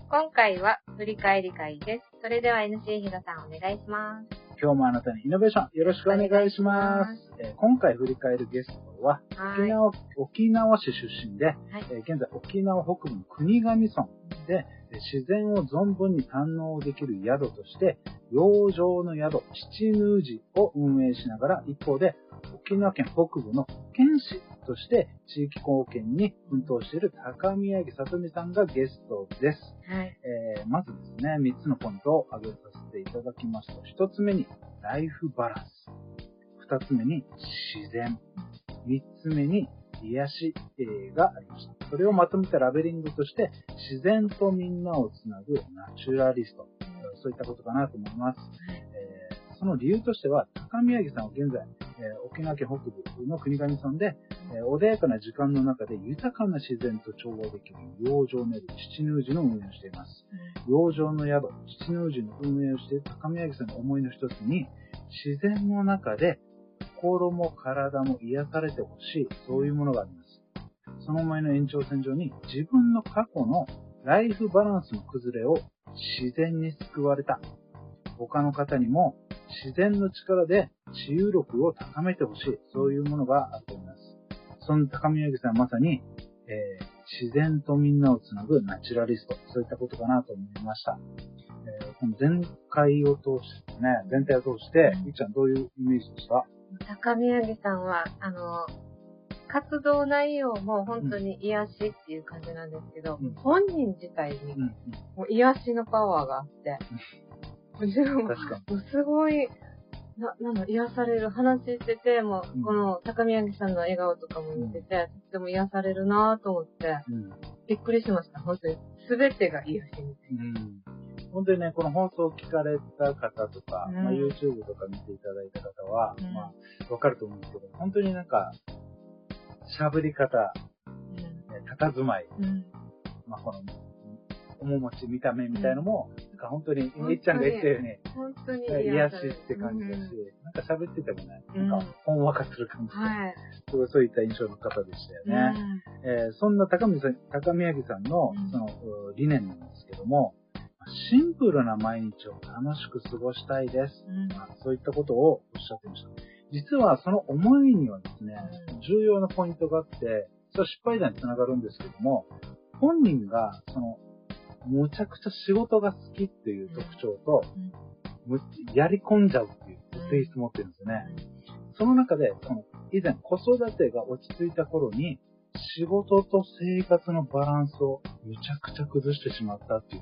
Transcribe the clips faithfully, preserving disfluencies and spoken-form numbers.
今回は振り返り会です。それでは エヌシー 比嘉さんお願いします。 今日もあなたにイノベーションよろしくお願いします。えー、今回振り返るゲストは沖縄、沖縄市出身で、はい、えー、現在沖縄北部の国頭村で自然を存分に堪能できる宿として洋上の宿七宮寺を運営しながら、一方で沖縄県北部の県市として地域貢献に奮闘している高宮城さとみさんがゲストです。はい、えー、まずですね、みっつのポイントを挙げさせていただきますと、ひとつめにライフバランス、ふたつめに自然、みっつめに癒しがありました。それをまとめたラベリングとして自然とみんなをつなぐナチュラリスト、そういったことかなと思います。えー、その理由としては、高宮城さんは現在えー、沖縄県北部の国頭村で、えー、穏やかな時間の中で豊かな自然と調和できる洋上の宿七宮寺の運営をしています。うん、洋上の宿七宮寺の運営をしている高宮城さんの思いの一つに、自然の中で心も体も癒されてほしい、そういうものがあります。その思いの延長線上に、自分の過去のライフバランスの崩れを自然に救われた他の方にも自然の力で治癒力を高めてほしい、そういうものがあると思います。その高宮城さんはまさに、えー、自然とみんなをつなぐナチュラリスト、そういったことかなと思いました。えー、この前回を通してね、全体を通して、ゆきちゃんどういうイメージでした？ 高宮城さんは、あの、活動内容も本当に癒しっていう感じなんですけど、うん、本人自体にもう癒しのパワーがあって、自分もすごい、な、なんだ、癒される。話してて、もう、うん、この高宮城さんの笑顔とかも見てて、うん、とっても癒されるなぁと思って、うん、びっくりしました。本当に。すべてが癒しみたいな。うん、 本当にね、この放送を聞かれた方とか、うんまあ、YouTube とか見ていただいた方は、うん、まあ、わかると思うんですけど、本当になんか、喋り方、うん、佇まい、うん、まあ、この、面持ち、見た目みたいのも、うん、なんか本当に、みっちゃんが言ったように、 本当に癒しって感じだし、うん、なんか喋っててもね、なんか、ほんわかする感じで、はい、すごいそういった印象の方でしたよね。うんえー、そんな高宮さん、高宮城さんの、その、理念なんですけども、シンプルな毎日を楽しく過ごしたいです。うんまあ、そういったことをおっしゃってました。実はその思いにはですね、重要なポイントがあって、それは失敗談につながるんですけども、本人が、その、むちゃくちゃ仕事が好きっていう特徴と、うん、やり込んじゃうっていう性質持ってるんですよね。その中で、その以前子育てが落ち着いた頃に、仕事と生活のバランスをむちゃくちゃ崩してしまったっていう、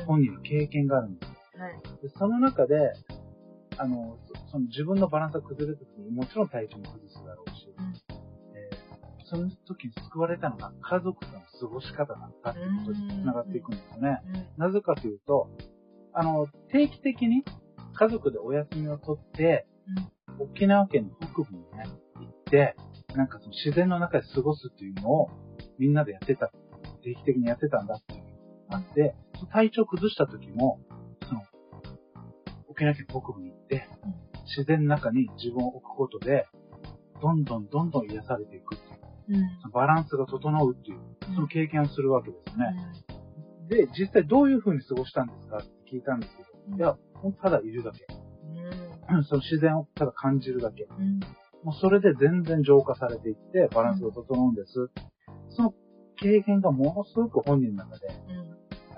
本人の経験があるんです。うんはい、でその中で、あの、その自分のバランスが崩れた時にもちろん体調も崩すだろうし、うんその時に救われたのが家族との過ごし方だったっていうことにつながっていくんですよね。なぜかというと、あの、定期的に家族でお休みを取って、うん、沖縄県の北部にね、行って、なんかその自然の中で過ごすっていうのをみんなでやってた、定期的にやってたんだっていうのがあって、体調崩した時も、その、沖縄県北部に行って、自然の中に自分を置くことで、どんどんどんどん癒されていくっていう。うん、バランスが整うっていう、その経験をするわけですね。うん、で、実際どういう風に過ごしたんですかって聞いたんですけど、うん、いや、ただいるだけ。うん、その自然をただ感じるだけ。うん、もうそれで全然浄化されていって、バランスが整うんです。うん、その経験がものすごく本人の中で、うん、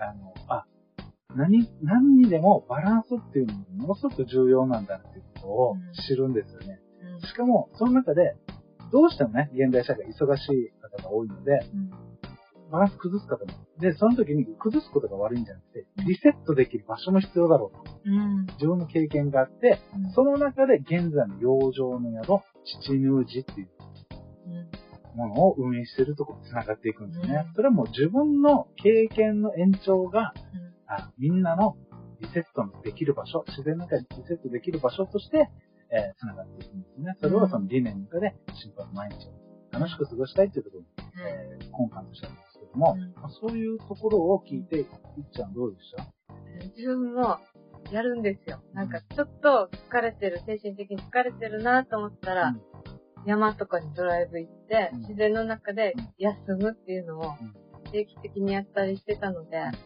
あの、あ、何、何にでもバランスっていうのがものすごく重要なんだっていうことを知るんですよね。うん、しかも、その中で、どうしてもね、現代社会忙しい方が多いので、うん、バランス崩す方も。で、その時に崩すことが悪いんじゃなくて、リセットできる場所も必要だろうと。うん、自分の経験があって、うん、その中で現在の洋上の宿、七宮寺っていうものを運営しているところに繋がっていくんですね。うん、それはもう自分の経験の延長が、うん、あみんなのリセットのできる場所、自然の中でリセットできる場所として、えー、繋がっていくんですね。それはその理念の中で、シンプルな毎日を楽しく過ごしたいというところに、えー、根幹としてあるんですけども、うんまあ、そういうところを聞いて、いっちゃんどうでした？ 自分もやるんですよ。なんかちょっと疲れてる、精神的に疲れてるなと思ったら、うん、山とかにドライブ行って、うん、自然の中で休むっていうのを定期的にやったりしてたので、なんか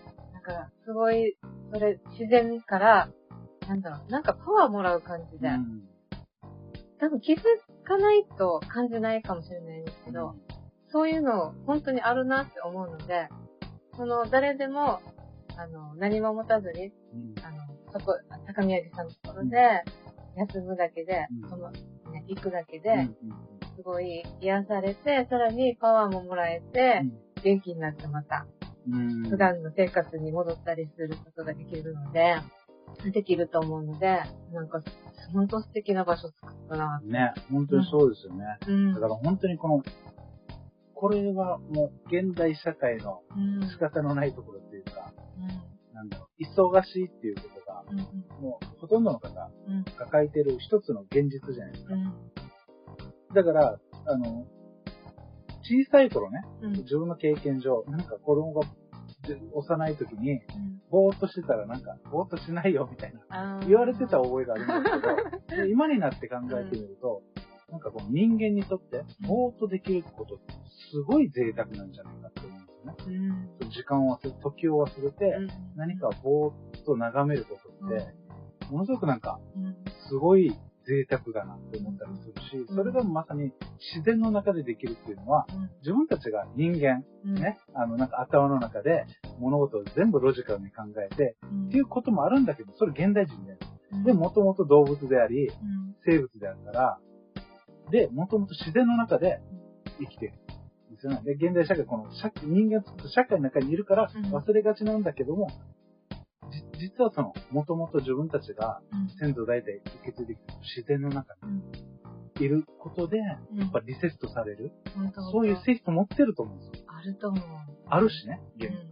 か、すごい、それ、自然から、なんだろう、なんかパワーもらう感じで、うん、多分気づかないと感じないかもしれないんですけど、うん、そういうの本当にあるなって思うので、その、誰でも、あの、何も持たずに、うん、あの、そこ、高宮城さんのところで、休むだけで、うん、その、ね、行くだけで、うん、すごい癒されて、さらにパワーももらえて、うん、元気になってまた、うん、普段の生活に戻ったりすることができるので、できると思うので、なんか、本当素敵な場所作ったなって。 ね、本当にそうですよね。うん、だから本当にこの、これはもう現代社会の仕方のないところっていうか、うん、なんだろう、忙しいっていうことが、うん、もうほとんどの方が抱えている一つの現実じゃないですか。うん、だから、あの、小さい頃ね、うん、自分の経験上、なんか子供が幼い時に、ぼーっとしてたらなんか、ぼーっとしないよみたいな、言われてた覚えがあるんですけど、今になって考えてみると、うん、なんかこの人間にとって、ぼーっとできることってすごい贅沢なんじゃないかって思うんですよね。うん、時間を忘れて、時を忘れて、うん、何かぼーっと眺めることって、ものすごくなんか、すごい贅沢だなって思ったりするし、それでもまさに自然の中でできるっていうのは、自分たちが人間、ね、あのなんか頭の中で物事を全部ロジカルに考えて、っていうこともあるんだけど、それ現代人で、で、もともと動物であり、生物であるから、で、もともと自然の中で生きている。ですよね。で、現代社会、この人間と社会の中にいるから忘れがちなんだけども、実はその、もともと自分たちが先祖代々受け継いできた自然の中にいることで、やっぱリセットされる、うん、そういう性質持ってると思うんですよ。 あると思う。 あるしね、現に、うん、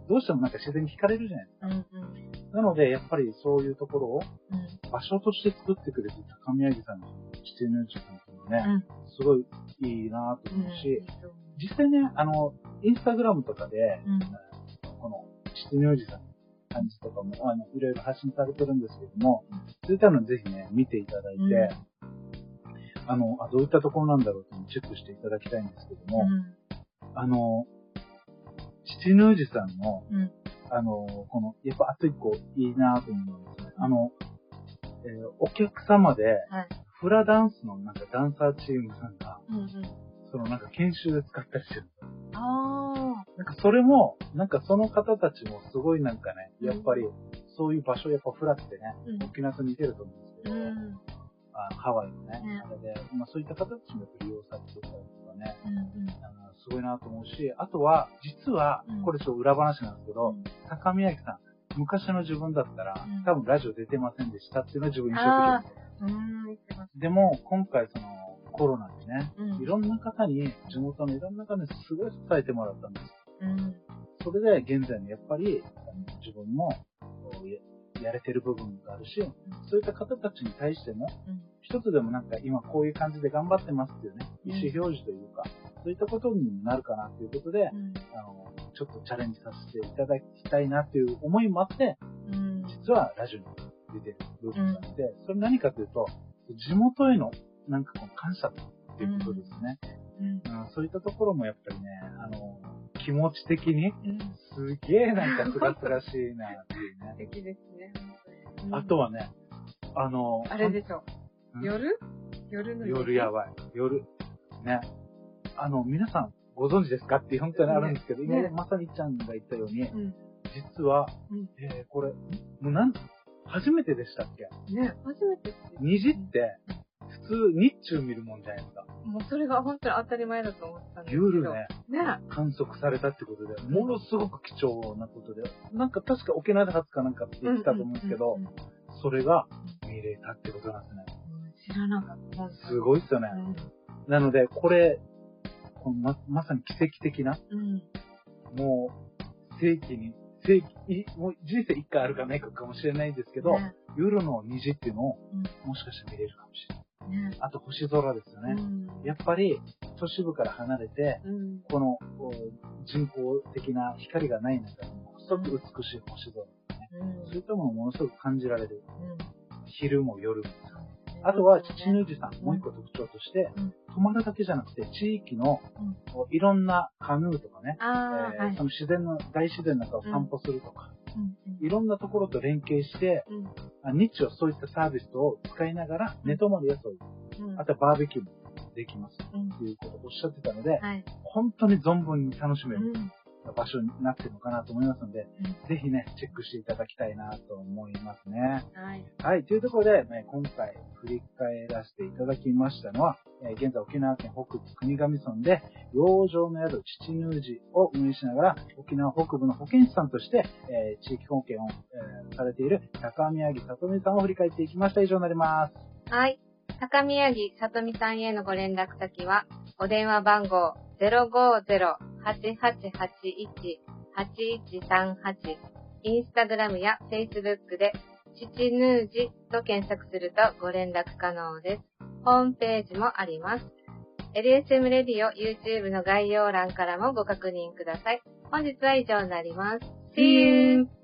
どうしてもなんか自然に惹かれるじゃないですか。うんうん、なので、やっぱりそういうところを場所として作ってくれて高宮城さんの七の字さんっていうのはね、うん、すごいいいなと思うし、うん、実際ね、あの、インスタグラムとかで、うん、この七の字さん感じとかも、あの、いろいろ発信されてるんですけども、そういったのぜひね、見ていただいて、うん、あのあ、どういったところなんだろうってチェックしていただきたいんですけども、うん、あの、七の字さんの、うん、あの、この、やっぱあと一個いいなと思うんですね。あの、えー、お客様で、はい、フラダンスのなんかダンサーチームさんが、うんうん、そのなんか研修で使ったりしてるんですよ。あなんかそれも、なんかその方たちもすごいなんかね、やっぱりそういう場所やっぱフラってね、うん、沖縄と似てると思うんですけど、うん、あハワイのね、ねあれで、まあそういった方たちも利用されてたりとかね、うんうん、あのすごいなと思うし、あとは、実は、これちょっと裏話なんですけど、うん、高宮城さん、昔の自分だったら、うん、多分ラジオ出てませんでしたっていうのは自分印象的なんですよ。うん、でも、今回その、コロナでね、うん、いろんな方に、地元のいろんな方にすごい支えてもらったんです。うん、それで現在のやっぱり自分もやれてる部分があるし、うん、そういった方たちに対しても、うん、一つでもなんか今こういう感じで頑張ってますっていうね、意思表示というか、そういったことになるかなということで、うん、あのちょっとチャレンジさせていただきたいなという思いもあって、うん、実はラジオに出てる部分があって、うん、それ何かというと、地元へのなんかこの感謝っていうことですね。うんうん、そういったところもやっぱりね、あの、気持ち的に、すげえなんかすがすがしいなっていうね。 素敵ですね。 うん、あとはね、あの、 あれでしょ。夜夜の夜やばい。夜。ね。あの、皆さんご存知ですかって本当にあるんですけど、ね、今、まさにちゃんが言ったように、うん、実は、うん、えー、これ、もうなん、初めてでしたっけね、初めてです。 虹って、普通、日中見るもんじゃないですか。 もうそれが本当に当たり前だと思ったんですけど。 夜ね、ね観測されたってことで、ものすごく貴重なことで、なんか確か沖縄で初かなんかって言ってたと思うんですけど、それが見れたってことなんですね。 うん、知らなかった。 すごいっすよね。うん、なので、これ、この ま, まさに奇跡的な、うん、もう、世紀に、世紀、もう人生一回あるかないかかもしれないですけど、ね、夜の虹っていうのを、うん、もしかしたら見れるかもしれない。ね、あと星空ですよね。うん、やっぱり都市部から離れて、うん、この人工的な光がない中でもすごく美しい星空ですね、うん。そういったものをものすごく感じられる。うん、昼も夜も。あとは七の字さん、もう一個特徴として、うん、泊まるだけじゃなくて地域のいろんなカヌーとかね、えーはい、その自然の大自然の中を散歩するとか、 いろんなところと連携して、うん、日曜そういったサービスを使いながら、寝泊まりやそういう、うん、あとはバーベキューもできます、うん、ということをおっしゃってたので、はい、本当に存分に楽しめる。うん場所になってるのかなと思いますので、うん、ぜひね、チェックしていただきたいなと思いますね。はい。はい。というところで、ね、今回振り返らせていただきましたのは、えー、現在沖縄県北部国頭村で、洋上の宿父ヌージを運営しながら、沖縄北部の保健師さんとして、えー、地域貢献を、えー、されている高宮城さとみさんを振り返っていきました。以上になります。 はい。高宮城さとみさんへのご連絡先は、お電話番号 ゼロごゼロ はちはちはちいち はちいちさんはち インスタグラムやフェイスブックで父ヌージと検索するとご連絡可能です。ホームページもあります。エルエスエム レディオ YouTube の概要欄からもご確認ください。本日は以上になります。See you!